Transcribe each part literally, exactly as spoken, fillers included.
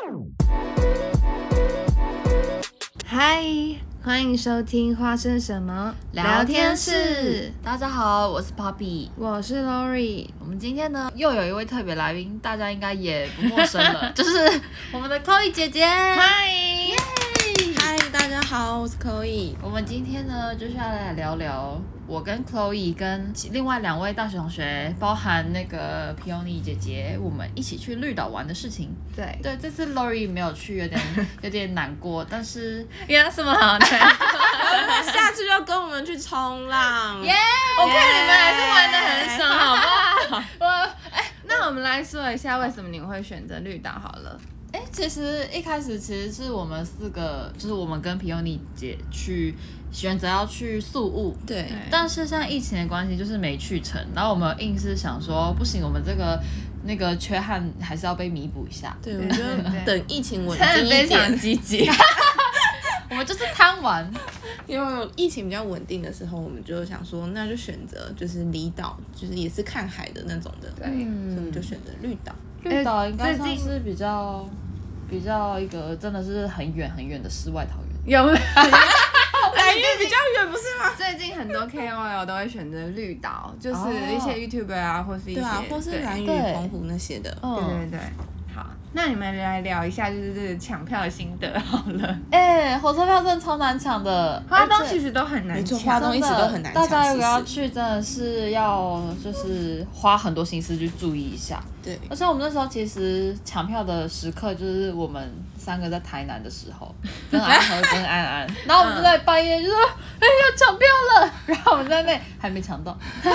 嗨，欢迎收听花生什么聊天室。 大家好，我是 Poppy， 我是 Lori。 我们今天呢又有一位特别来宾，大家应该也不陌生了，就是我们的 Chloe 姐姐。 嗨， 嗨，大家好，我是 Chloe。 我们今天呢就是要来聊聊我跟 Chloe 跟另外两位大学同学，包含那个 Peony 姐姐，我们一起去绿岛玩的事情。 对对，这次 Lori 没有去，有点有点难过，但是有什么好的？ 下次就跟我们去冲浪。 耶、 我看你们还是玩的很爽，好不好？ 我哎。 那我们来说一下为什么你会选择绿岛好了。 哎，其实一开始其实是我们四个，就是我们跟皮尤尼姐去选择要去宿务， 对， 但是像疫情的关系，就是没去成。然后我们硬是想说，不行，我们这个那个缺憾还是要被弥补一下。 对，我觉得等疫情稳真的定一非常点， 积极。 我们就是贪玩， 因为疫情比较稳定的时候，我们就想说，那就选择就是离岛，就是也是看海的那种的。 对， 所以我们就选择绿岛。 绿岛应该算最近是比较比较一个真的是很远很远的世外桃源。 有没有？ 来源比较远，不是吗？ 最近很多 K O L 都会选择绿岛，就是一些 YouTuber 啊，或是一些对啊，或是蓝屿、 对澎湖那些的。 对对对，好，那你们来聊一下，就是这个抢票的心得好了。 哎，火车票真的超难抢的， 花东而且其实都很难没错抢， 花东一直都很难抢大家如果要其实去，真的是要就是花很多心思去注意一下。 对， 而且我们那时候其实抢票的时刻，就是我们三个在台南的时候，跟阿和跟安安，然后我们就在半夜就说：“哎、要抢票了！”然后我们在那还没抢到。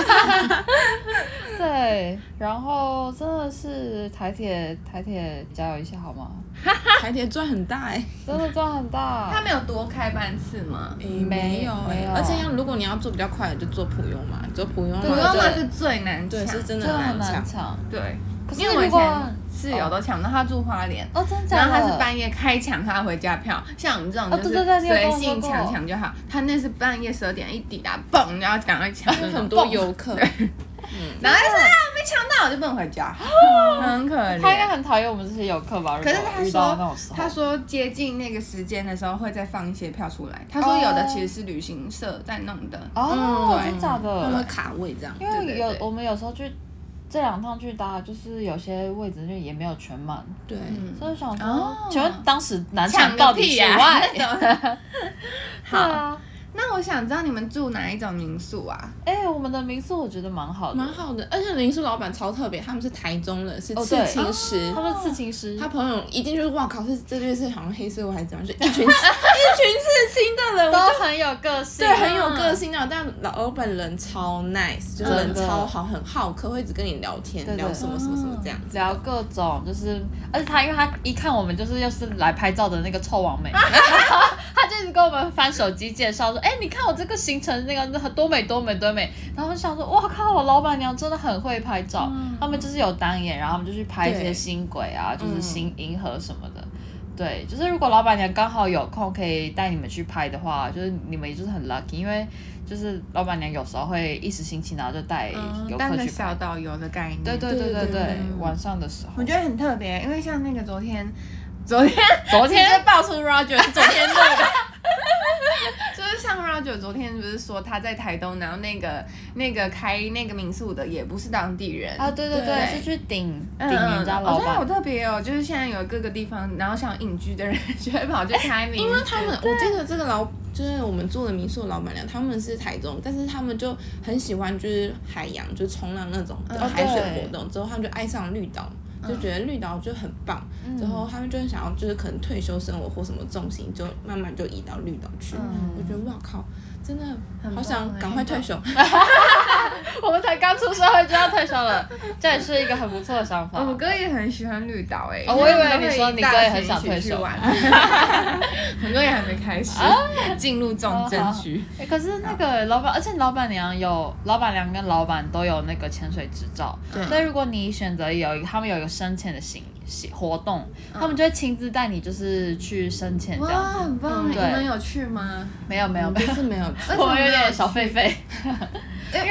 对，然后真的是台铁台铁加油一下好吗？ 台铁赚很大哎、 真的赚很大。 他们有多开班次吗？ 欸， 没没有哎、 没有而且要如果你要做比较快的，就做普悠嘛，做普悠嘛普悠就玛是最难抢， 对，是真的真的很很难抢。 难抢。 对， 可是因为我以如果前室友都抢不到，他住花莲。 哦，真的假的？ 然后他是半夜开抢他的回家票，像我们这种就是哦对对对你有跟随我说过性抢抢就好。他那是半夜十二点一抵达，嘣，然后赶快抢， 因为很多游客， 然后就是啊没抢到，我就不能回家，很可怜。 他应该很讨厌我们这些游客吧？ 可是如果遇到他说那种时，候， 他说接近那个时间的时候会再放一些票出来。他说有的其实是旅行社在弄的。 哦， 对真假他们会的？ 卡位这样。 因为有对对对我们有时候去这两趟去搭，就是有些位置就也没有全满， 对， 所以想说哦， 请问当时难抢个抢到底屁呀之外？ 那种对啊， 那我想知道你们住哪一种民宿啊？ 哎，我们的民宿我觉得蛮好的， 蛮好的。而且民宿老板超特别，他们是台中人，是刺哦对青师。 他们是刺青师， 他朋友一进去就哇靠，是这就是好像黑社会还是怎么样，就一群一群刺青的人，我就都很有个性， 对很有个性那种。但老板人超 nice，就是人真的超好，很好客，会一直跟你聊天， 对对聊什么什么什么这样子。 聊各种，就是，而且他因为他一看我们就是又是来拍照的那个臭网美，他就一直跟我们翻手机介绍说，哎、你看我这个行程那个多美多美多美，然后我就想说，哇靠，我老板娘真的很会拍照，他们就是有单眼，然后他们就去拍一些对星轨啊，就是星银河什么的。对，就是如果老板娘刚好有空可以带你们去拍的话，就是你们也就是很 lucky，因为就是老板娘有时候会一时兴起，然后就带游当个客去拍。 小导游的概念。 对对对对对对对对， 晚上的时候我。觉得很特别，因为像那个昨天，昨天昨天直接爆出 Roger 是昨天录的，就是像 Roger 昨天不是说他在台东，然后那个那个开那个民宿的也不是当地人啊，对对对， 对是去顶顶嗯人家老我觉得好板。 特别哦，就是现在有各个地方，然后像隐居的人就会跑去开民宿， 因为他们，我记得这个老就是我们住的民宿的老板娘，他们是台中，但是他们就很喜欢就是海洋，就是冲浪那种嗯的海水对活动，之后他们就爱上绿岛。就觉得绿岛就很棒，之后他们就很想要，就是可能退休生活或什么重心，就慢慢就移到绿岛去。我觉得哇靠，真的好想赶快退休。 我们才刚出社会就要退休了，这也是一个很不错的想法。 我哥也很喜欢绿岛哎、欸， 哦我以为你说你哥也很想退休去玩，我哥也还没开始进入重症区。 欸可是那个老板，而且老板娘有老板娘跟老板都有那个潜水执照，所以如果你选择有一个他们有一个深潜的行行活动，他们就会亲自带你就是去深潜这样哇， 子。 很棒！ 嗯对你们有去吗？ 没有没有没有， 这次没有去， 我们有点小狒狒，因为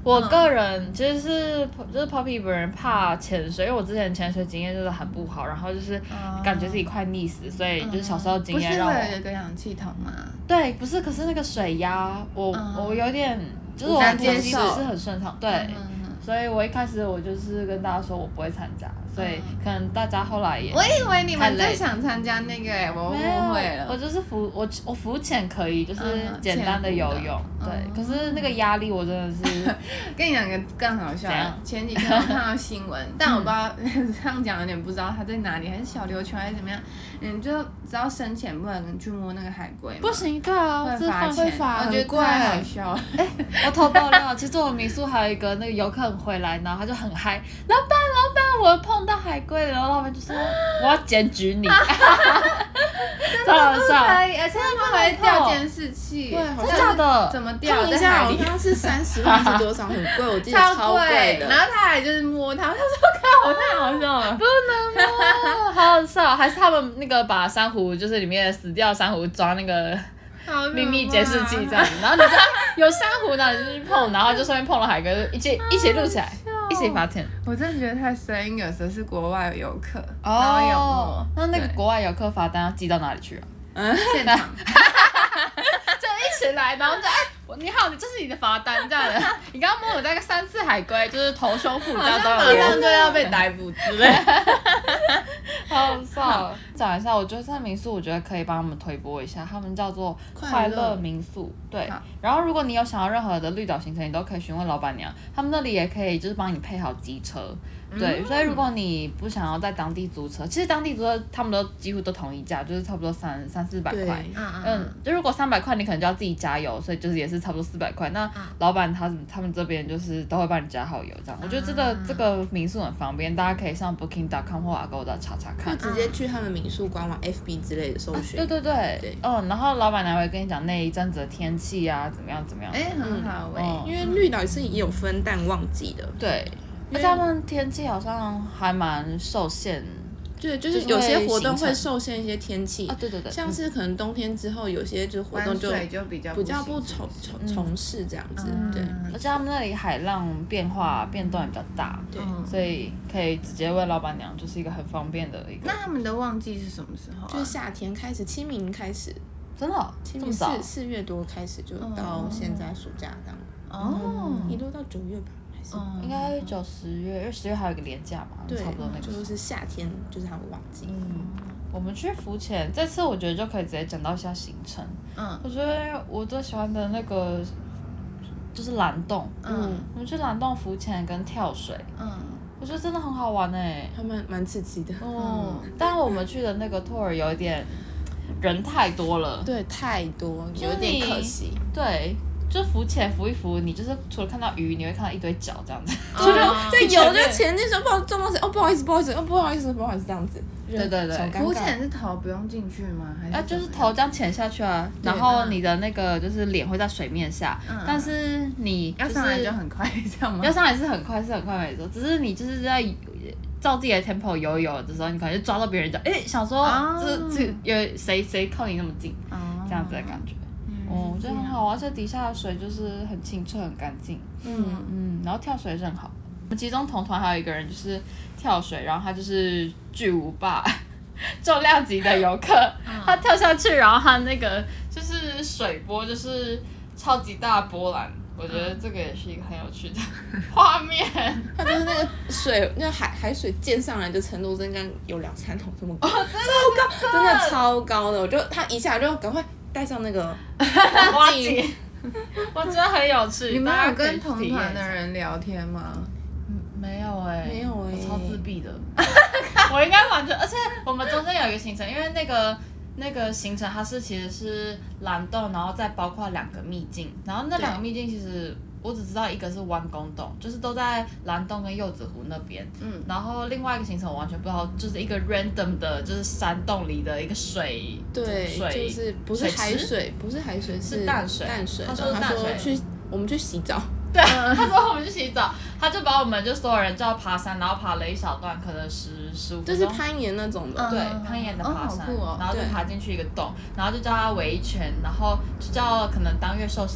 我个人其实是就是 Poppy 本人怕潜水，因为我之前潜水经验就是很不好，然后就是感觉自己快溺死，所以就是小时候经验让我。 不是有一个氧气筒吗？ 对，不是，可是那个水压，我、嗯、我有点就是我呼吸不是很顺畅，对。嗯所以我一开始我就是跟大家说我不会参加，所以可能大家后来也。 我以为你们在想参加那个哎、欸，我误会了。 我就是浮我我浮潜可以，就是简单的游泳，嗯、对。可是那个压力我真的是。 跟你讲个更好笑的，前几天我看到新闻，但我不知道这样讲有点不知道他在哪里，还是小琉球还是怎么样？嗯，就只要深潜不能去摸那个海龟。 不行，对啊， 会罚钱，我觉得太好笑了。 哎、欸，我偷爆料，其实我民宿还有一个那个游客回来，然后他就很嗨，老板老板，我碰到海龟了，然后老板就说我要检举你， 真的不可以，而且他们还掉监视器， 对， 真的假的？ 怎么掉在海里？好像是三十万是多少，很贵，我记得超贵的。 然后他还就是摸它，他说看我太好笑了， 不能摸，好好笑，还是他们那个把珊瑚就是里面死掉珊瑚装那个。秘密监视器这样子，然后你就有珊瑚，然后你就去碰，然后就顺便碰了海龟，一起一起录起来，一起罚钱。 我真的觉得太神隐，有时候是国外有游客， 哦、 然后有摸。 那那个国外游客罚单要寄到哪里去啊？ 嗯，现场。 就一起来，然后就哎，你好，你这是你的罚单这样的。你刚刚摸了大概三次海龟，就是头胸腹这样都有。 马上就要被逮捕之类。 好好笑。讲一下，我觉得这民宿，我觉得可以帮他们推播一下，他们叫做快乐民宿。对。然后，如果你有想要任何的绿岛行程，你都可以询问老板娘，他们那里也可以就是帮你配好机车。对，嗯、所以如果你不想要在当地租车，其实当地租车他们都几乎都同一价，就是差不多三三四百块。嗯嗯。就如果三百块，你可能就要自己加油，所以就是也是差不多四百块。那老板他他们这边就是都会帮你加好油，这样。我觉得这个这个民宿很方便，大家可以上 booking dot com 或 agoda 查查看。 就直接去他们民宿官网 F B 之类的搜寻。 啊、对对对。对。嗯，然后老板娘会跟你讲那一阵子的天气啊，怎么样怎么样。 哎、欸，很好哎、欸嗯， 因为绿岛是也有分淡旺季的。 对。而且他们天气好像还蛮受限， 对，就是有些活动会受限一些天气啊，对对对， 像是可能冬天之后有些就是活动就就比较比较不从从从事这样子，嗯、对。 而且他们那里海浪变化变动也比较大，对，所以可以直接问老板娘，就是一个很方便的一个。 那他们的旺季是什么时候、啊？ 就是夏天开始，清明开始， 真的、哦， 清明四四月多开始就到现在暑假这样，哦，一路到九月吧。 嗯、应该九十月，因为十月还有一个连假嘛， 对， 差不多那个。 就是夏天，就是他们旺季。 嗯，我们去浮潜，这次我觉得就可以直接讲到一下行程。嗯，我觉得我最喜欢的那个就是蓝洞。嗯，我们去蓝洞浮潜跟跳水。嗯，我觉得真的很好玩哎、欸， 还蛮蛮刺激的。 嗯，但我们去的那个 tour 有一点人太多了。 对，太多，有点可惜。 对。就浮潜浮一浮，你就是除了看到鱼，你会看到一堆脚这样子。 就在游就前进时候，不知道撞到谁，哦不好意思不好意思，哦不好意思不好意思这样子。 对对对。 浮潜是头不用进去吗？还是？ 啊，就是头这样潜下去啊，然后你的那个就是脸会在水面下，但是你要上来就很快，这样吗？ 要上来是很快，是很快没错，只是你就是在照自己的 tempo 游游的时候，你可能就抓到别人脚，哎，想说这这有谁谁靠你那么近，这样子的感觉。哦，我觉得很好，而且底下的水就是很清澈、很干净。嗯嗯，然后跳水也是很好。我们其中同团还有一个人就是跳水，然后他就是巨无霸重量级的游客，他跳下去，然后他那个就是水波就是超级大波澜。我觉得这个也是一个很有趣的画面。 它就是那个水，那个海海水溅上来的程度，真的有两三桶这么高， 哦、 真的超高，真的超高的。我就他一下就赶快戴上那个蛙镜，我觉得很有趣。 你们有跟同团的人聊天吗？ 嗯，没有哎、欸， 没有哎、 欸，我超自闭的。我应该完全，而且我们中间有一个行程，因为那个。那个行程它是其实是蓝洞，然后再包括两个秘境，然后那两个秘境其实我只知道一个是弯弓洞，就是都在蓝洞跟柚子湖那边，嗯，然后另外一个行程我完全不知道，就是一个 random 的，就是山洞里的一个水， 对， 水就是不是海水，不是海水， 是淡水， 淡水。 他说淡水， 去我们去洗澡。 对，他说我们去洗澡，他就把我们就所有人叫爬山，然后爬了一小段，可能十十五分钟， 就是攀岩那种的， 对，攀岩的爬山， 哦、 然后就爬进去一个洞，然后就叫他围一圈，然后就叫可能当月寿星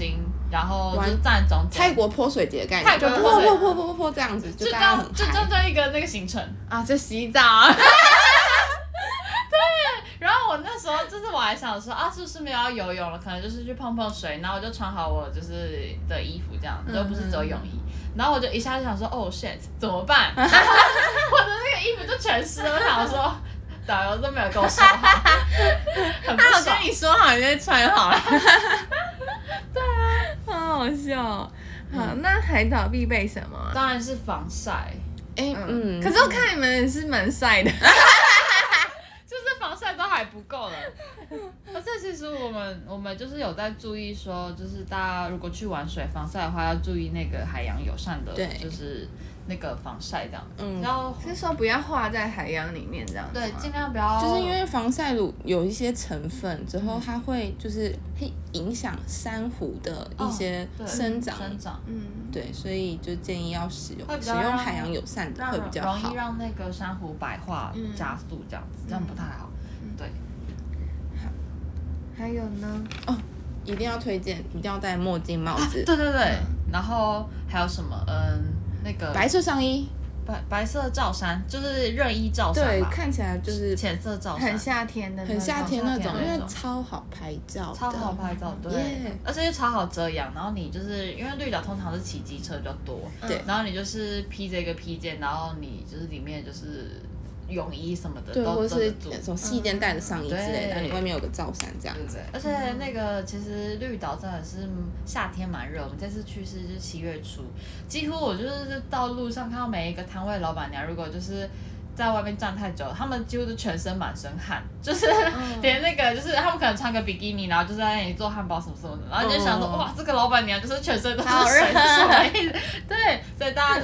然后就站中间。 泰国泼水节的概念，就泼泼泼泼泼这样子，就大家很就就就一个那个行程啊，就洗澡。 然后我那时候就是我还想说啊，是不是没有要游泳了？可能就是去碰碰水，然后我就穿好我就是的衣服这样，就不是只有泳衣。然后我就一下就想说，哦 shit， 怎么办？我的那个衣服就全湿了。我想说，导游都没有跟我说好，很不爽。 他有跟你说好，你就穿好了。对啊，好好笑。好，那海岛必备什么？ 当然是防晒。 哎，嗯。 可是我看你们也是蛮晒的。 就是防晒都还不够了，而且其实我们我们就是有在注意说，就是大家如果去玩水防晒的话，要注意那个海洋友善的，就是那个防晒这样，嗯，然后是说不要化在海洋里面这样子， 对，尽量不要， 就是因为防晒乳有一些成分之后，它会就是会影响珊瑚的一些生长， 生长， 嗯，对，所以就建议要使用使用海洋友善的会比较好， 容易让那个珊瑚白化加速这样子，这样不太好，对。 好，还有呢？ 哦，一定要推荐，一定要戴墨镜帽子， 对对对，然后还有什么？嗯。那个白色上衣， 白白色罩衫，就是热衣罩衫， 对，看起来就是浅色罩衫， 很夏天的， 很夏天那种，因为超好拍照， 超好拍照，对，而且又超好遮阳。然后你就是因为绿岛通常是骑机车比较多，对，然后你就是披着一个披肩，然后你就是里面就是泳衣什么的， 对，或者是那种细肩带的上衣之类的，然后你外面有个罩衫这样子。 而且那个其实绿岛真的是夏天蛮热，我们这次去是就是七月初，几乎我就是到路上看到每一个摊位老板娘，如果就是在外面站太久，他们几乎都全身满身汗，就是连那个就是他们可能穿个比基尼，然后就在那里做汉堡什么什么的，然后就想说、嗯、哇，这个老板娘就是全身都是水，是什么意思？对，所以大家就是。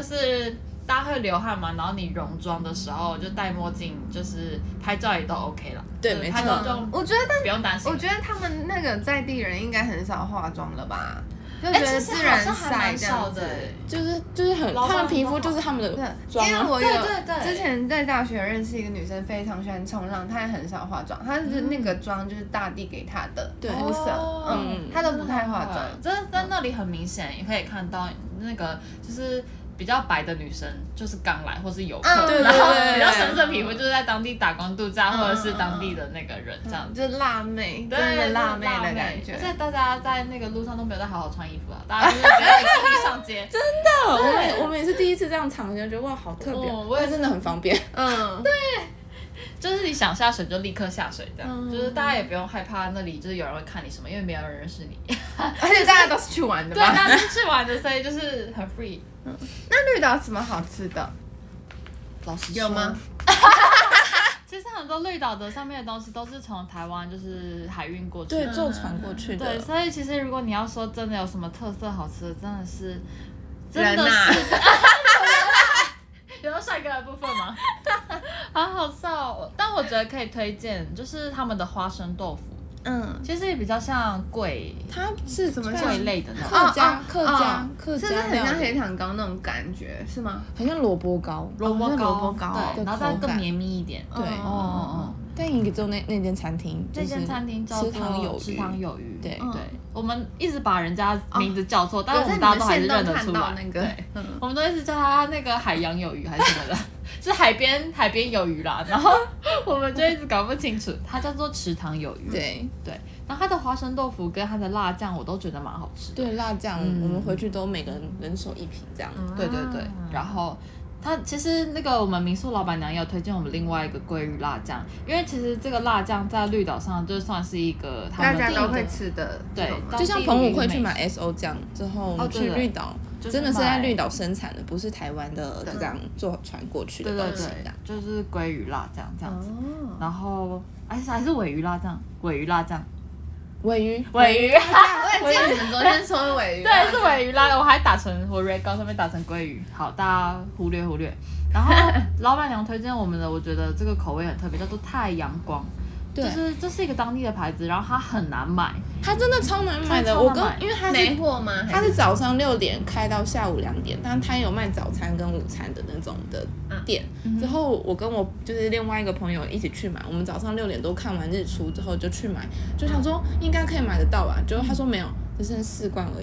大家会流汗嘛，然后你泳装的时候就戴墨镜，就是拍照也都 OK 了。 对，没错。 我觉得不用担心。 我觉得他们那个在地人应该很少化妆了吧？就觉得自然晒这样子， 就是就是很，他们皮肤就是他们的妆。 因为我有之前在大学认识一个女生，非常喜欢冲浪，她也很少化妆，她是那个妆就是大地给她的肤色，嗯，她都不太化妆。 这在那里很明显，也可以看到那个就是。比较白的女生就是刚来或是游客， 嗯、 然后比较深色皮肤就是在当地打工度假、嗯、或者是当地的那个人这样子， 就是辣妹，真的辣妹的感觉。 而且大家在那个路上都没有在好好穿衣服啊，大家就是直接上街。 真的，我们我们也是第一次这样尝鲜，觉得哇好特别，我也真的很方便。 嗯，对。就是你想下水就立刻下水，这样、嗯、就是大家也不用害怕那里就是有人会看你什么，因为没有人认识你， 而且大家都是去玩的嘛， 对，大家都是去玩的，所以就是很 free。 嗯、那绿岛有什么好吃的？ 老实说有吗？ 其实很多绿岛的上面的东西都是从台湾就是海运过去的， 对，坐船过去的。 对，所以其实如果你要说真的有什么特色好吃的，真的是真的是。有到帅哥的部分吗？好好笑、哦，但我觉得可以推荐，就是他们的花生豆腐，嗯，其实也比较像桂， 它是什么桂类的那种客家客家客家， 是不是很像黑糖糕那种感觉？是吗？ 很像萝卜糕， 萝卜糕， 萝卜糕， 对，然后再更绵密一点， 对，哦哦哦。但你只有那那间餐厅， 那间餐厅叫做池塘有鱼，池塘有鱼， 对对。我们一直把人家名字叫错，但是我们大家都还是认得出来。 那个， 对，我们都一直叫他那个海洋有鱼还是什么的，是海边海边有鱼啦。然后我们就一直搞不清楚，它叫做池塘有鱼。 对对，然后它的花生豆腐跟它的辣酱我都觉得蛮好吃的。 对，辣酱我们回去都每个人人手一瓶这样。 对对对，然后。它其实那个我们民宿老板娘也有推荐我们另外一个鲑鱼辣酱，因为其实这个辣酱在绿岛上就算是一个他们大家都会吃的， 对， 就像澎湖会去买 S O 酱之后，我们去绿岛真的是在绿岛生产的，不是台湾的就这样坐船过去的东西， 就是鲑鱼辣酱这样子，然后还是还是鲔鱼辣酱，鲔鱼辣酱。 鲔鱼， 鲔鱼， 我也记得你们昨天说的鲔鱼， 对，是鲔鱼啦，我还打成我 red 糕上面打成鲑鱼，好，大家忽略忽略。然后老板娘推荐我们的，我觉得这个口味很特别，叫做太阳光。就是这是一个当地的牌子，然后它很难买， 它真的超难买的。我跟因为它是没货吗？ 它是早上六点开到下午两点，但它有卖早餐跟午餐的那种的店。嗯、之后我跟我就是另外一个朋友一起去买，我们早上六点多看完日出之后就去买，就想说应该可以买得到吧，结果他说没有，只剩四罐而已。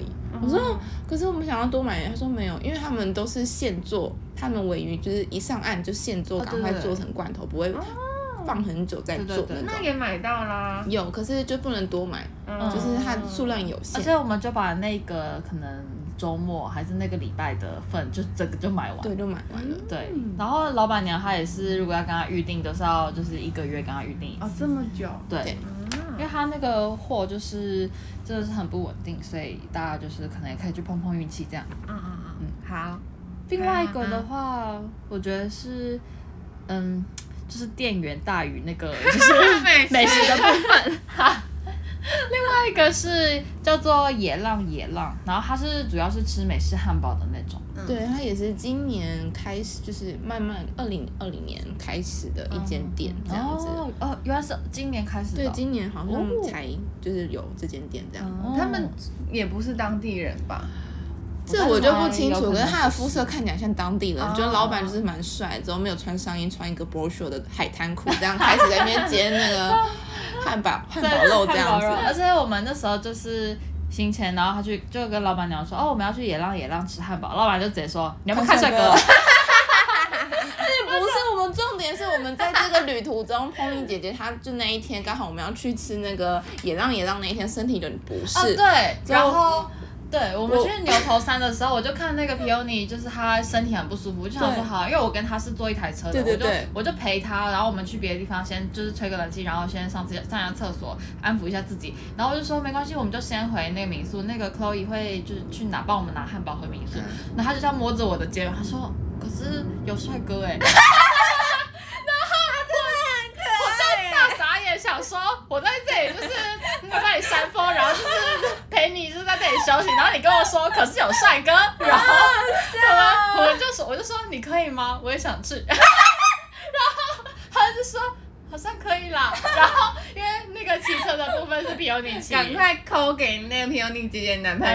我说可是我们想要多买，他说没有，因为他们都是现做，他们鲔鱼就是一上岸就现做，赶快做成罐头，不会放很久再做那种。 那也买到啦。 有，可是就不能多买，就是它数量有限。 而且我们就把那个可能周末还是那个礼拜的份，就整个就买完。 对，就买完了。 对，然后老板娘她也是，如果要跟她预定，都是要就是一个月跟她预定一次。 哦，这么久。 对，因为她那个货就是真的是很不稳定，所以大家就是可能也可以去碰碰运气这样。 嗯嗯嗯嗯，好。 另外一个的话，我觉得是，嗯，就是店员大于那个就是美食的部分。哈。另外一个是叫做野浪野浪，然后它是主要是吃美式汉堡的那种。 对，它也是今年开始，就是慢慢二零二零年开始的一间店这样子。 哦哦，原来是今年开始的。 对，今年好像才就是有这间店这样。 哦、他们也不是当地人吧？ 这我就不清楚，可是他的肤色看起来像当地人，觉得老板就是蛮帅，之后没有穿上衣，穿一个 Brosho 的海滩裤，这样开始在那边煎那个汉堡汉堡肉这样子。 而且我们那时候就是行前，然后他去就跟老板娘说，哦，我们要去野浪野浪吃汉堡，老板就直接说，你要不要看帅哥？那不是我们重点，是我们在这个旅途中，碰妮姐姐她就那一天刚好我们要去吃那个野浪野浪那一天身体有点不适， 哦、对，然后。对，我们去牛头山的时候，我就看那个皮欧尼，就是他身体很不舒服，我就想说好，因为我跟他是坐一台车的， 对对对我就我就陪他，然后我们去别的地方先就是吹个冷气，然后先上上下厕所安抚一下自己，然后我就说没关系，我们就先回那个民宿，那个 Chloe 会就是去拿帮我们拿汉堡回民宿，然后他就这样摸着我的肩膀，他说可是有帅哥哎、欸。想说，我在这里就是在那里扇风，然后就是陪你，就是在这里休息，然后你跟我说，可是有帅哥，然后我们我们就说，我就说你可以吗？我也想去，然后他就说好像可以啦，然后因为那个骑车的部分是皮欧尼骑， 赶快扣给那个皮欧尼姐姐男朋友，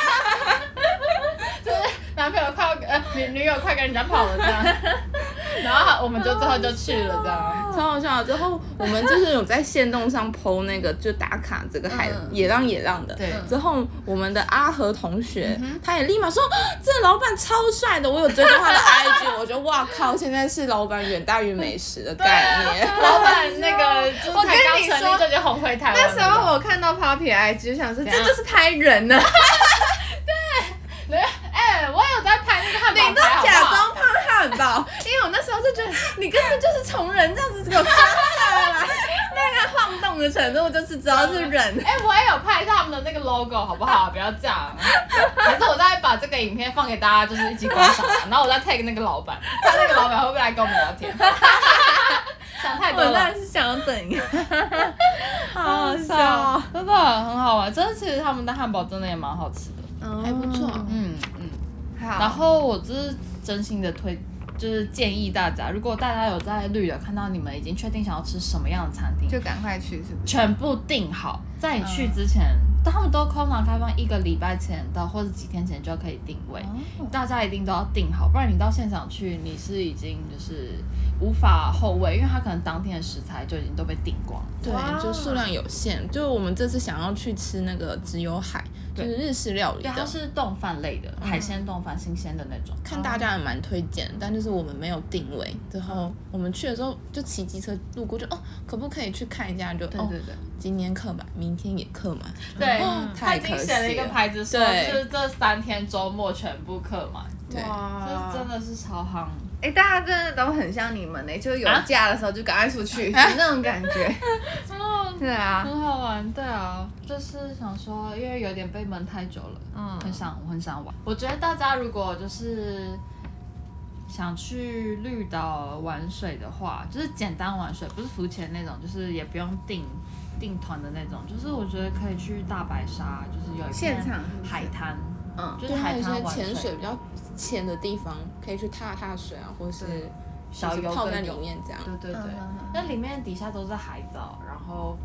就是男朋友快要呃女女友快跟人家跑了这样。然后我们就最后就去了，这样超好笑。之后我们就是有在限动上 po 那个就打卡这个海、嗯、野浪野浪的。 对。 之后我们的阿和同学、嗯、他也立马说，这老板超帅的，我有追踪他的 I G， 我觉得哇靠，现在是老板远大于美食的概念。 老板那个就是才刚成立就已经红回台湾。 那时候我看到 Papi 的 I G 就想说，这就是拍人呢。 对。哎、欸，我有在拍那个汉堡， 你都假装胖汉堡，因为我那时候就觉得你根本就是从人这样子给我放下来，那个晃动的程度就是知道是人。 哎、欸，我也有拍他们的那个 logo， 好不好？不要这样。还是我再把这个影片放给大家，就是一起观赏，然后我再 tag 那个老板，看那个老板会不会来跟我们聊天。想太多了。 我当然是想要怎样？好好笑， 真的很好玩。真的，其实他们的汉堡真的也蛮好吃的。 还不错， 嗯嗯， 好。 然后我就是真心的推，就是建议大家，如果大家有在绿的看到你们已经确定想要吃什么样的餐厅， 就赶快去，是不是？ 全部订好，在你去之前，嗯、他们都通常开放一个礼拜前到或者几天前就可以定位，哦、大家一定都要订好，不然你到现场去，你是已经就是无法后位，因为他可能当天的食材就已经都被订光了。 对，就数量有限。就我们这次想要去吃那个只有海。就是日式料理的， 对，它是冻饭类的，嗯、海鲜冻饭，新鲜的那种。 看大家也蛮推荐，但就是我们没有定位。之后我们去的时候就骑机车路过，就哦，可不可以去看一下？就对对对， 哦、今天客满，明天也客满。 对， 哦、 他已经写了一个牌子说，就是这三天周末全部客满。 对， 这真的是超夯。 哎、欸，大家真的都很像你们呢、欸，就是有假的时候就赶快出去，啊、那种感觉。 哦， 对啊， 很好玩，对啊，就是想说，因为有点被闷太久了，嗯，很想，我很想玩。我觉得大家如果就是想去绿岛玩水的话，就是简单玩水，不是浮潜那种，就是也不用订订团的那种，就是我觉得可以去大白鲨，就是有一片海滩。嗯，就是海滩玩水， 潜水比较浅的地方，可以去踏踏水啊，或者是小游泡在里面这样。 对对对，那、嗯、里面底下都是海藻，然后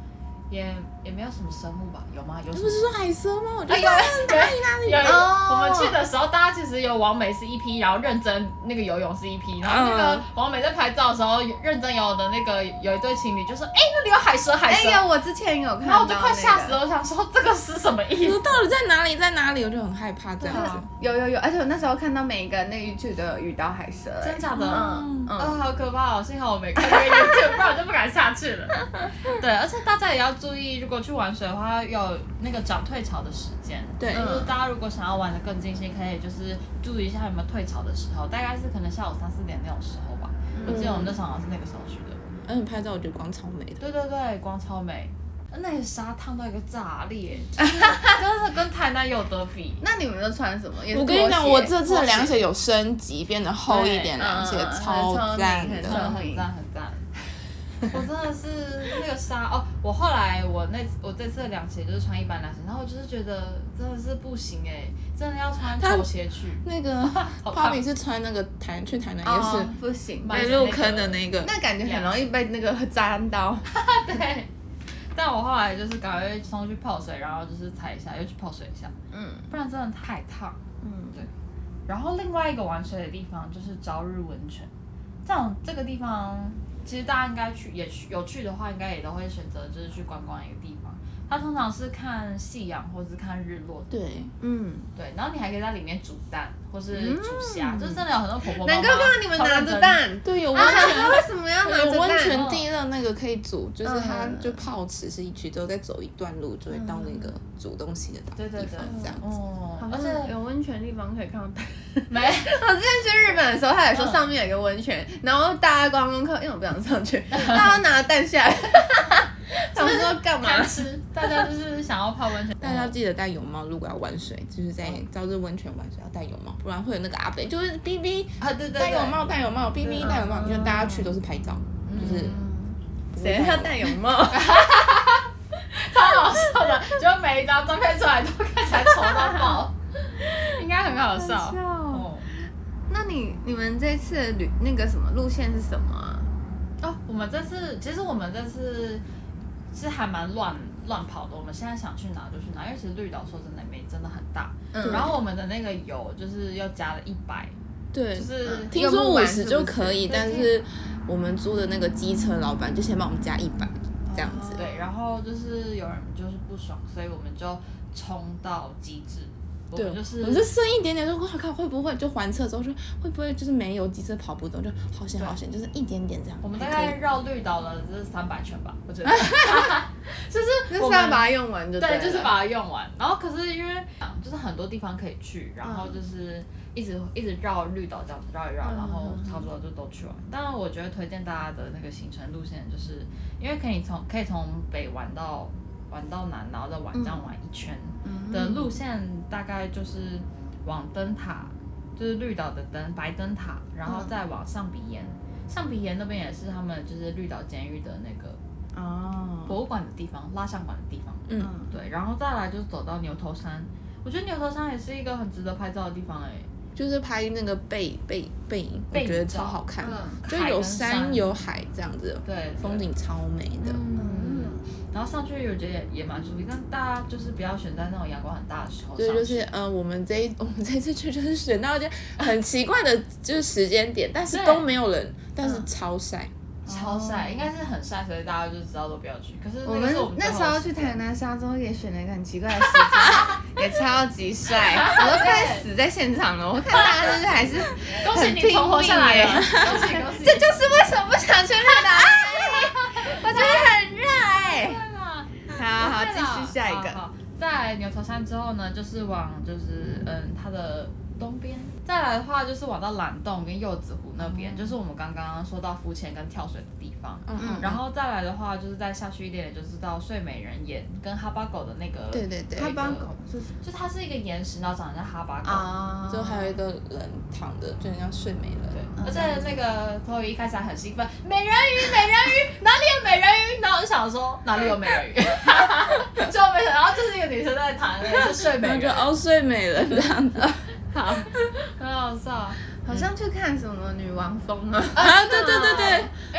也也没有什么生物吧？有吗？有什么？ 不是说海蛇吗？我觉得有哪里哪里有有， 哦我们去的时候，大家其实有王美是一批，然后认真那个游泳是一批，然后那个王美在拍照的时候，认真游泳的那个有一对情侣就说：“哎、那里有海蛇，海蛇。 哎呀，我之前有看到、那个， 然后我就快吓死了，我想说这个是什么意思？ 到底在哪里在哪里？我就很害怕这样子。 有有有，而且我那时候看到每一个那个 YouTube 都有遇到海蛇、欸， 真假的？ 嗯嗯， 啊、好可怕哦！幸好我没看这个 YouTube， 不然我就不敢下去了。对，而且大家也要注意，如果去玩水的话，有那个涨退潮的时间。 对就是大家如果想要玩的更尽兴，可以就是注意一下有没有退潮的时候，大概是可能下午三四点那种时候吧。我记得我们那时候好像是那个时候去的。 嗯，拍照我觉得光超美的。 对对对，光超美。那个沙烫到一个炸裂，真的跟台南有得比。 那你们都穿什么？也是我跟你讲，我这次的凉鞋鞋有升级，变得厚一点凉鞋， 嗯超赞很真的的。 很赞很赞。我真的是那个沙哦，我后来我那我这次的凉鞋就是穿一般凉鞋，然后我就是觉得真的是不行哎，真的要穿球鞋去。 那个 Poppy 是穿那个台去台南也哦是不行， 被入坑的那个， 那感觉很容易被那个沾到。 对。但我后来就是赶快冲去泡水，然后就是踩一下，又去泡水一下， 嗯， 不然真的太烫。 嗯， 对。然后另外一个玩水的地方就是朝日温泉，这种这个地方其实大家应该去也去有去的话，应该也都会选择就是去观光一个地方。它通常是看夕阳或是看日落。 对， 嗯， 对，然后你还可以在里面煮蛋或是煮虾，就是真的有很多婆婆妈妈。 难怪看到你们拿着蛋， 对，有温啊， 泉， 为什么要拿着蛋？ 有温泉地热那个可以煮，就是它嗯就泡池是一区，之后再走一段路就会到那个煮东西的对对对地方，这样子。 哦， 而而且且有温泉的地方可以看到蛋。 没， 我之前去日本的时候，他也说上面有一个温泉，然后大家观光客，因为我不想上去，大家拿蛋下来，想说干嘛贪？吃，大家就是想要泡温泉。 大家记得戴泳帽，如果要玩水，就是在朝日温泉玩水要戴泳帽，不然会有那个阿北就是哔哔啊，对对对， 戴泳帽戴泳帽哔哔戴泳帽，因为大家去都是拍照，就是谁要戴泳帽？ 超好笑的，就每一张照片出来都看起来丑到爆，应该很好笑。哦， 那你你们这次的旅那个什么路线是什么啊？ 哦，我们这次其实我们这次是还蛮乱乱跑的，我们现在想去哪就去哪，因为其实绿岛说真的没真的很大， 嗯然后我们的那个油就是又加了一百， 对， 就是听说五十就可以， 一个木板但是我们租的那个机车老板就先帮我们加一百这样子。 对，然后就是有人就是不爽，所以我们就冲到极致。我对， 们就是我们就剩一点点，就哇靠，会不会就还车之后说会不会就是没有机车跑不动，就好险好险，就是一点点这样。 我们大还可以概绕绿岛了就是三百圈吧，我觉得，就是就是我们要把它用完就对， 了就是把它用完。然后可是因为就是很多地方可以去，然后就是一直一直绕绿岛这样子绕一绕，然后差不多就都去完。当然，我觉得推荐大家的那个行程路线，就是因为可以从可以从北玩到玩到南，然后再玩这样玩一圈的路线，大概就是往灯塔，就是绿岛的灯白灯塔，然后再往上鼻岩。上鼻岩那边也是他们就是绿岛监狱的那个哦， 博物馆的地方，蜡像馆的地方。 嗯， 对，然后再来就是走到牛头山，我觉得牛头山也是一个很值得拍照的地方哎、 就是拍那个背背背影，我觉得超好看， 嗯就有山有海这样子， 对， 风景超美的。 嗯，然后上去我觉得也也蛮注意，但大家就是不要选在那种阳光很大的时候上去。 对，就是嗯、呃，我们这一我们这次去就是选到一件很奇怪的，就是时间点，但是都没有人，但是超晒。 超晒，应该是很晒，所以大家就知道都不要去。可是我们那个是我们那时候去最后的时间台南沙洲也选了一个很奇怪的时间，也超级晒，我都快死在现场了。我看大家就是还是恭喜你很拼存活下来了， 命耶恭喜恭喜！ 这就是为什么不想去绿岛。哎我觉得很热哎。好好，继续下一个。 好，再来牛头山之后呢，就是往就是嗯它的东边，再来的话就是往到蓝洞跟柚子湖那边，就是我们刚刚说到浮潜跟跳水的地方。 嗯嗯， 然后再来的话，就是再下去一点点，就是到睡美人岩跟哈巴狗的那个。 对对对那个哈巴狗是就它是一个岩石，然后长得像哈巴狗。 啊之后还有一个人躺的，就很像睡美人。 对，而且那个托宇一开始还很兴奋，美人鱼，美人鱼，哪里有美人鱼？然后我就想说哪里有美人鱼，就没想到就是一个女生在谈，也是睡美然后就人， 哦睡美人这样子。 好，很好笑。 好像去看什么女王峰啊。 啊，对对对对， 因为那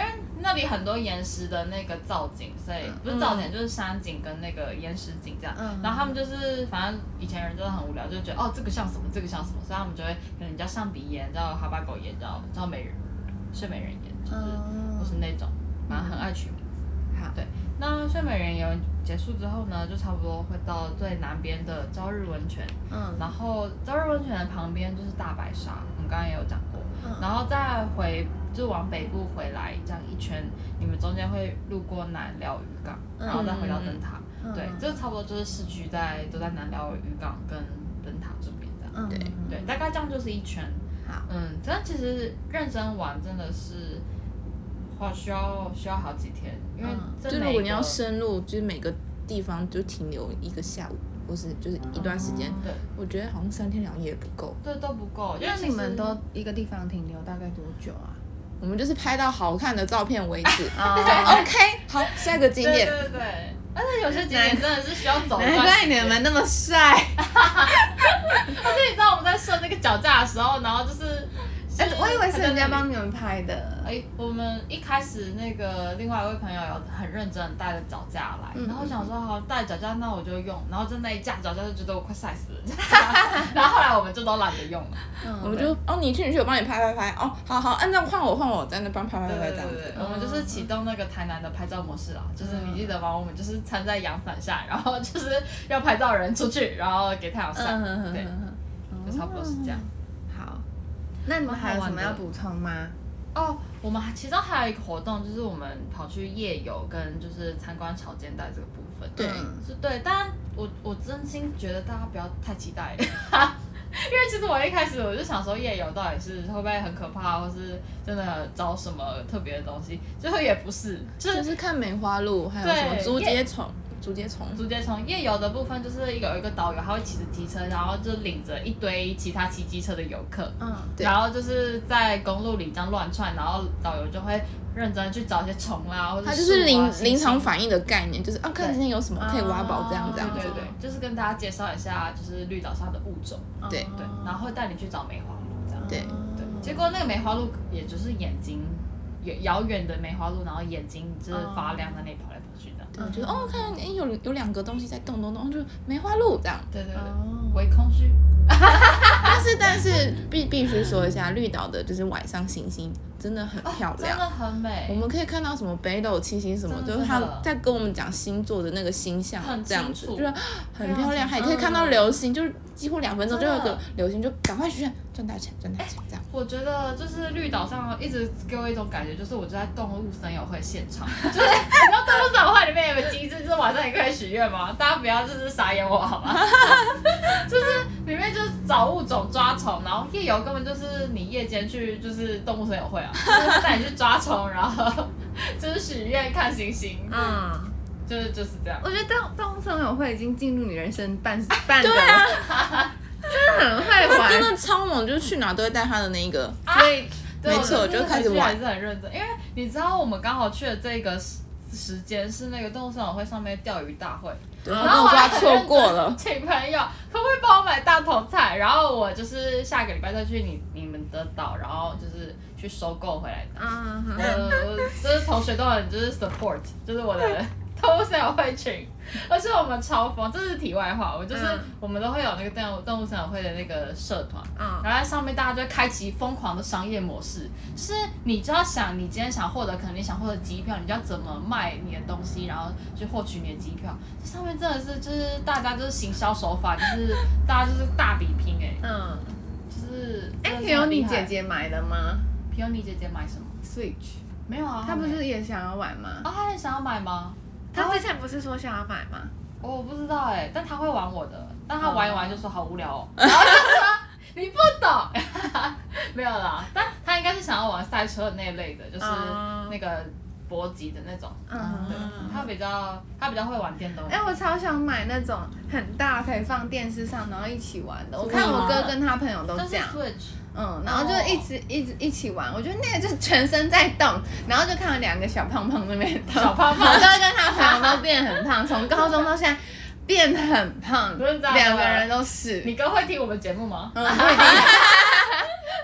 那里很多岩石的那个造景，所以不是造景、嗯、就是山景跟那个岩石景这样。嗯、然后他们就是反正以前人真的很无聊，就觉得哦这个像什么，这个像什么，所以他们就会可能叫象鼻岩，叫哈巴狗岩，叫叫美人睡美人岩，就是不、嗯、是那种，反正很爱取名。好，对。那睡美人岩结束之后呢，就差不多会到最南边的朝日温泉。嗯。然后朝日温泉的旁边就是大白鲨，我们刚刚也有讲过。嗯。然后再回就往北部回来，这样一圈，你们中间会路过南寮渔港，然后再回到灯塔。嗯、对，这差不多就是市区在都在南寮渔港跟灯塔这边这样。嗯。对对，大概这样就是一圈。好。嗯，但其实认真玩真的是。话需要需要好几天，因为这、嗯、 就如果你要深入，就是每个地方就停留一个下午，或是就是一段时间、嗯。对，我觉得好像三天两夜不够。 对，都不够。 那你们都一个地方停留大概多久啊？ 我们就是拍到好看的照片为止。对 OK， 好，下一个景点。 对对对。但是有些景点真的是需要走。 难怪你们那么帅。 而且你知道我们在设那个脚架的时候，然后就是。 欸、我以为是人家帮你们拍的。 哎、欸，我们一开始那个另外一位朋友有很认真带着脚架来，嗯、然后想说好带脚架，那我就用，然后就那一架脚架就觉得我快晒死了，然后后来我们就都懒得用了， 嗯、我们就哦你去你去，我帮你拍拍拍，哦好好，按照换我换我在那帮拍拍拍这样子。 对对对，我们就是启动那个台南的拍照模式啦，就是你记得吗？我们就是撑在阳伞下，然后就是要拍照的人出去，然后给太阳晒，嗯、对，就差不多是这样。 那你们还有什么要补充吗？ 哦，我们其中还有一个活动，就是我们跑去夜游跟就是参观潮间带这个部分。对，是对，但我我真心觉得大家不要太期待，因为其实我一开始我就想说夜游到底是会不会很可怕，或是真的找什么特别的东西，最后也不是， 就是、就是看梅花鹿，还有什么竹节虫。竹节虫， 竹节虫夜游的部分就是一个有一个导游，他会骑着机车，然后就领着一堆其他骑机车的游客，嗯，然后就是在公路里这样乱窜，然后导游就会认真去找一些虫啦，或者、啊、 他就是临临场反应的概念，就是啊，看今天有什么可以挖宝这样这样子， 对对对，就是跟大家介绍一下就是绿岛上的物种， 对对，然后会带你去找梅花鹿这样， 对对，结果那个梅花鹿也就是眼睛遥远的梅花鹿，然后眼睛就是发亮在那里跑来跑去的。 对，就是哦，看，哎、欸，有有两个东西在动动动，就梅花鹿这样。 对对对，微空虚。 但是但是必必须说一下，绿岛的就是晚上星星真的很漂亮， 哦、真的很美。 我们可以看到什么北斗七星什么，就是他在跟我们讲星座的那个星象这样子，就是很漂亮，还可以看到流星，就是几乎两分钟就有个流星，就赶快许愿赚大钱，赚大钱这样。 我觉得就是绿岛上一直给我一种感觉，就是我就在动物森友会现场，就是你知道动物森友会里面有个机制，就是晚上也可以许愿吗？大家不要就是傻眼我好吗？就是里面就是找物种抓虫，然后夜游根本就是你夜间去就是动物森友会啊，就是带你去抓虫，然后就是许愿看星星，嗯，就是就是这样。 我觉得动动物森友会已经进入你人生半半个。对啊。真的很会玩， 真的超猛，就是去哪都会带他的那一个，所以、啊、没错，就开始玩， 还是很认真。因为你知道我们刚好去的这个时间是那个动物森友会上面钓鱼大会， 对，然后我说他错过了， 请朋友可不可以帮我买大头菜？然后我就是下个礼拜再去你你们的岛，然后就是去收购回来的。嗯，我我就是同学都很就是 support， 就是我的。动物森友会群，而且我们超疯，这是题外话。我就是、嗯、我们都会有那个动物动物森友会的那个社团，嗯、然后在上面大家就会开启疯狂的商业模式，就是你就要想你今天想获得，可能你想获得机票，你就要怎么卖你的东西，然后去获取你的机票。这上面真的是就是大家就是行销手法，就是大家就是大比拼哎、欸，嗯，就是哎，皮尤妮姐姐买的吗？ 皮尤妮姐姐买什么 ？Switch 没有啊， 她不是也想要玩吗？ 啊、哦，她也想要买吗？ 他之前不是说想要买吗？ 哦、我不知道哎、欸，但他会玩我的，但他玩一玩就说好无聊哦，然后就说你不懂，没有啦，但他应该是想要玩赛车那一类的，就是那个搏击的那种，嗯，对，他比较他比较会玩电动。 哎、欸，我超想买那种很大可以放电视上，然后一起玩的。我看我哥跟他朋友都这样。嗯，然后就一直、oh. 一直一起玩，我觉得那个就全身在动，然后就看到两个小胖胖那边动， 小胖胖， 我哥跟他朋友都变很胖，从高中到现在变很胖，两个人都是。 你哥会听我们节目吗？ 嗯，不一定。不是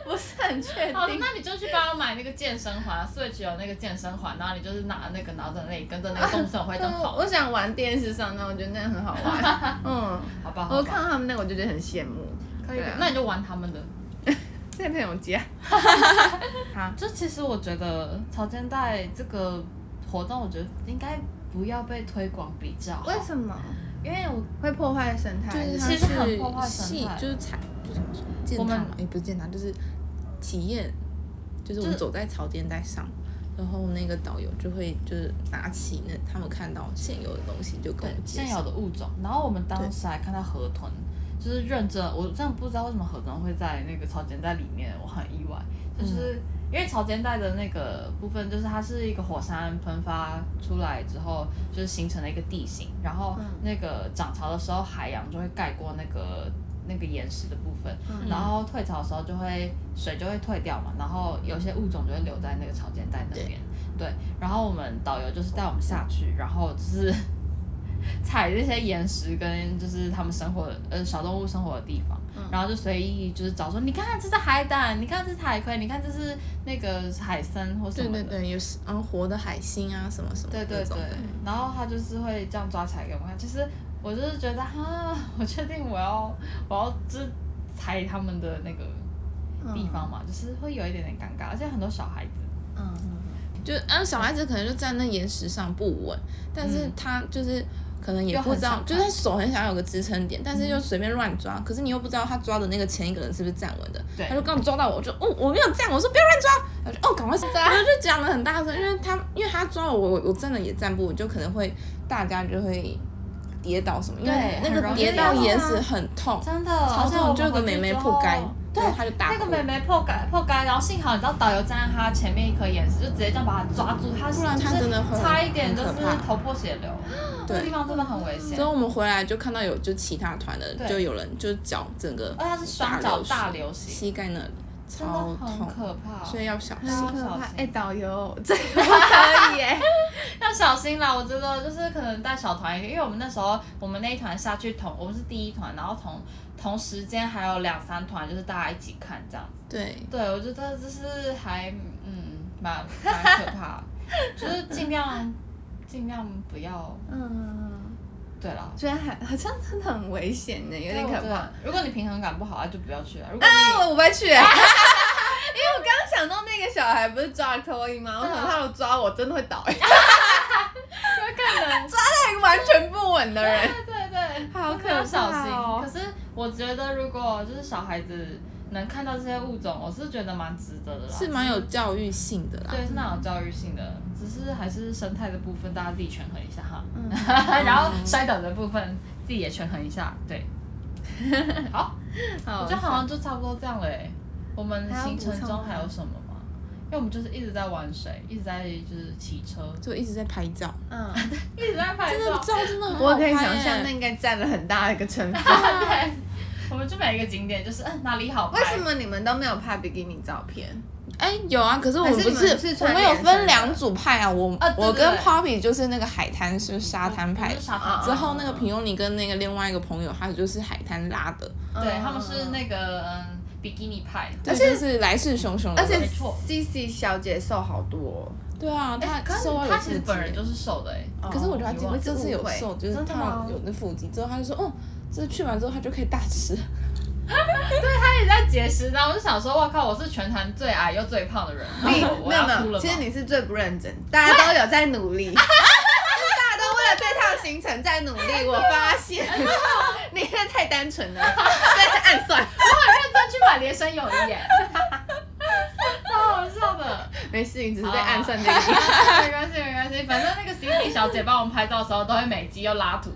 很确定。 好，那你就去帮他买那个健身环 ，Switch 有那个健身环，然后你就是拿那个，然后在那里跟着那个动森友会灯跑。 我想玩电视上那，我觉得那样很好玩。嗯， 好吧， 我看到他们那个，我就觉得很羡慕。 可以，那你就玩他们的。 在朋友家。 好，就其实我觉得潮间带这个活动，我觉得应该不要被推广比较好。 为什么？ 因为我会破坏生态， 就是其实很破坏生态， 就是踩，就怎么说，践踏嘛，也不是践踏，就是体验，就是我们走在潮间带上，然后那个导游就会就是拿起那他们看到现有的东西就跟我们介绍现有的物种，然后我们当时还看到河豚。就是认真，我真的不知道为什么河豚会在那个潮间带里面，我很意外。就是因为潮间带的那个部分，就是它是一个火山喷发出来之后，就是形成了一个地形，然后那个涨潮的时候，海洋就会盖过那个那个岩石的部分，嗯、然后退潮的时候就会水就会退掉嘛，然后有些物种就会留在那个潮间带那边。对，然后我们导游就是带我们下去，然后就是。踩这些岩石跟就是他们生活的呃小动物生活的地方，嗯、然后就随意就是找说，你看这是海胆，你看这是海葵，你看这是那个海参或什么的。 对对对，有嗯活的海星啊什么什么对对对，然后他就是会这样抓起来给我们看。其实我就是觉得哈，我确定我要我要就是踩他们的那个地方嘛，嗯、就是会有一点点尴尬，而且很多小孩子。 嗯嗯。就嗯小孩子可能就站那岩石上不稳，但是他就是。可能也不知道，就是他手很想要有个支撑点，但是又随便乱抓。可是你又不知道他抓的那个前一个人是不是站稳的，他就刚抓到我，我就哦我没有站，我说不要乱抓，他就哦赶快抓，我就讲得很大声，因为他因为他抓我，我我真的也站不稳，就可能会大家就会跌倒什么，因为那个跌到岩石很痛， 真的， 超痛，就有个妹妹扑街。对，他就打那个妹妹破盖破盖，然后幸好你知道导游站在他前面一颗岩石，就直接这样把他抓住，他不然他真的会差一点就是头破血流，这个地方真的很危险。 之后我们回来就看到有就其他团的，就有人就脚整个， 而且他是双脚大流血， 膝盖那里超痛， 可怕， 所以要小心。 很可怕，哎，导游这个不可以哎， 要小心啦！我觉得就是可能带小团一点，因为我们那时候我们那一团下去同，我们是第一团，然后同。同时间还有两三团，就是大家一起看这样子。 对， 对我觉得就是还嗯蛮蛮可怕，就是尽量尽量不要。嗯。对了， 觉得还好像真的很危险呢，有点可怕。 如果你平衡感不好，就不要去了。如果你啊，我不会去，因为我刚刚想到那个小孩不是抓了柯伊吗？我想他如果抓我，真的会倒哎。 有可能抓到一个完全不稳的人。 对对对， 好可怕哦。 小心。可是我觉得，如果就是小孩子能看到这些物种，我是觉得蛮值得的啦。 是蛮有教育性的啦。 对，是蛮有教育性的，只是还是生态的部分，大家自己权衡一下哈。嗯、然后摔倒的部分自己也权衡一下，对。好，我觉得好像就差不多这样了诶。我们行程中还有什么吗？因为我们就是一直在玩水，一直在就是骑车， 就一直在拍照。 嗯，一直在拍照。 真的照真的很好拍。 我可以想象，那应该占了很大的一个成分。 对，我们去每一个景点就是，嗯，哪里好拍。 为什么你们都没有拍比基尼照片？ 哎、欸，有啊，可是我们不是，是我们有分两组派啊。我、啊、我跟 Poppy 就是那个海滩是沙滩派，之后那个平庸你跟那个另外一个朋友，他就是海滩拉的。 对，他们是那个嗯比基尼派， 而且是来势汹汹的。 而且 C C 小姐瘦好多、哦。 对啊，她瘦到有腹肌。 她其实本人就是瘦的哎、 欸，可是我觉得她今这次有瘦，就是她有那腹肌。之后她就说，哦，这去完之后她就可以大吃。 对，他也在节食，然后我就想说，哇靠，我是全团最矮又最胖的人， 你没有没有，其实你是最不认真，大家都有在努力，大家都为了这趟行程在努力。我发现你也太单纯了，在暗算。 我很认真去买连身泳衣耶，超好笑的。 没事，你只是在暗算这个。 没关系没关系，反正那个 C C 小姐帮我们拍照的时候，都会美肌又拉图。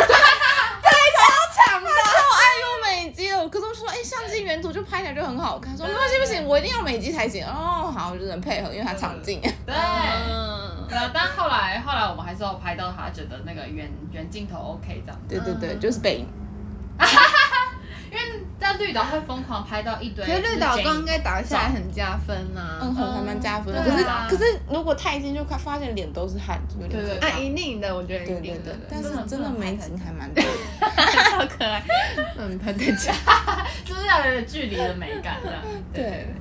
超爱用美肌的，可是我说，哎、欸，相机原图就拍起来就很好看。说没关系，不行，我一定要美肌才行。哦，好，我就能配合，因为它长镜。 对，嗯，但后来后来我们还是有拍到他觉得那个远远镜头 OK 这样。 对对对，就是背影。 因为在绿岛会疯狂拍到一堆， 可是绿岛光应该打下来很加分呐、啊， 嗯，很还蛮加分的。可是可是如果太近就快发现脸都是汗，有点可怕。 啊，一定的，我觉得一定的。 但是真的美景还蛮多的，超可爱。嗯，拍得起， 就是要有点距离的美感这样。 对，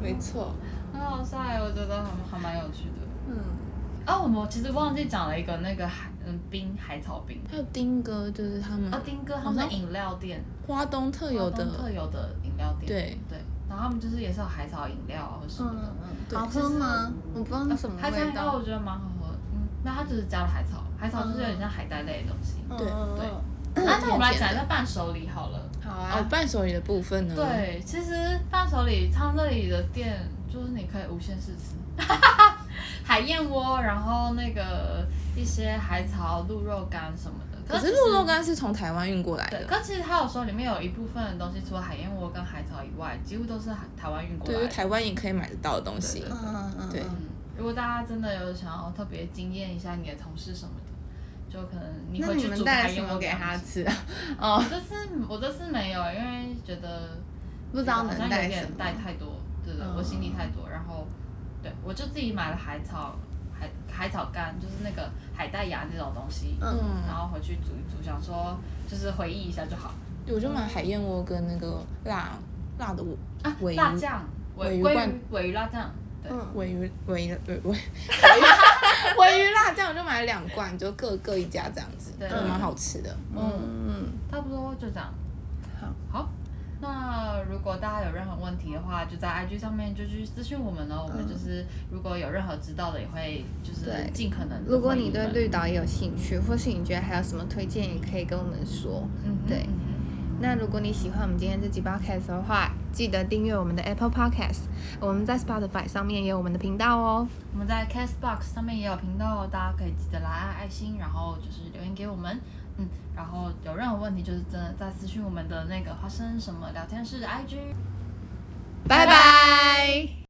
没错， 很好笑耶，我觉得还还蛮有趣的。 嗯， 啊，我们其实忘记讲了一个那个海嗯冰海草冰， 还有丁哥，就是他们啊丁哥他们的饮料店， 花东特有的特有的饮料店， 对对，然后他们就是也是有海草饮料啊或什么的， 嗯，好喝吗？我不知道那什么海草饮料味道。 我觉得蛮好喝的，嗯，那它只是加了海草，海草就是有点像海带类的东西， 对对。那那我们来讲一下伴手礼好了。 好啊。 哦，伴手礼的部分呢？ 对，其实伴手礼他们那里的店就是你可以无限试吃，海燕窝，然后那个一些海草、鹿肉干什么的。 可是鹿肉干是从台湾运过来的。 对，可其实他有说里面有一部分的东西，除了海燕窝跟海草以外，几乎都是海台湾运过来的。 对，台湾也可以买得到的东西。 嗯嗯嗯。 对。 如果大家真的有想要特别惊艳一下你的同事什么的，就可能你那会去煮你们带海燕窝什么给他吃啊？ 哦，我这次我这次没有，因为觉得不知道能带什么， 带太多，对对，我行李太多，然后对我就自己买了海草海海草干，就是那个海带芽那种东西，嗯，然后回去煮一煮，想说就是回忆一下就好。 我就买海燕窝跟那个辣辣的啊尾鱼辣酱，尾鱼罐尾鱼辣酱。 嗯，尾鱼尾鱼尾尾尾鱼辣酱我就买了两罐，就各各一家这样子，就蛮好吃的。 嗯嗯，差不多就这样。 好， 好，那如果大家有任何问题的话，就在 I G 上面就去私讯我们哦。我们就是如果有任何知道的，也会就是尽可能。 如果你对绿岛也有兴趣，或是你觉得还有什么推荐，也可以跟我们说。嗯，对。那如果你喜欢我们今天这集 podcast 的话，记得订阅我们的 Apple Podcast， 我们在 Spotify 上面也有我们的频道哦。 我们在 Castbox 上面也有频道哦，大家可以记得来按爱心，然后就是留言给我们，嗯，然后有任何问题就是真的再私讯我们的那个花生什么聊天室的 I G。 拜拜。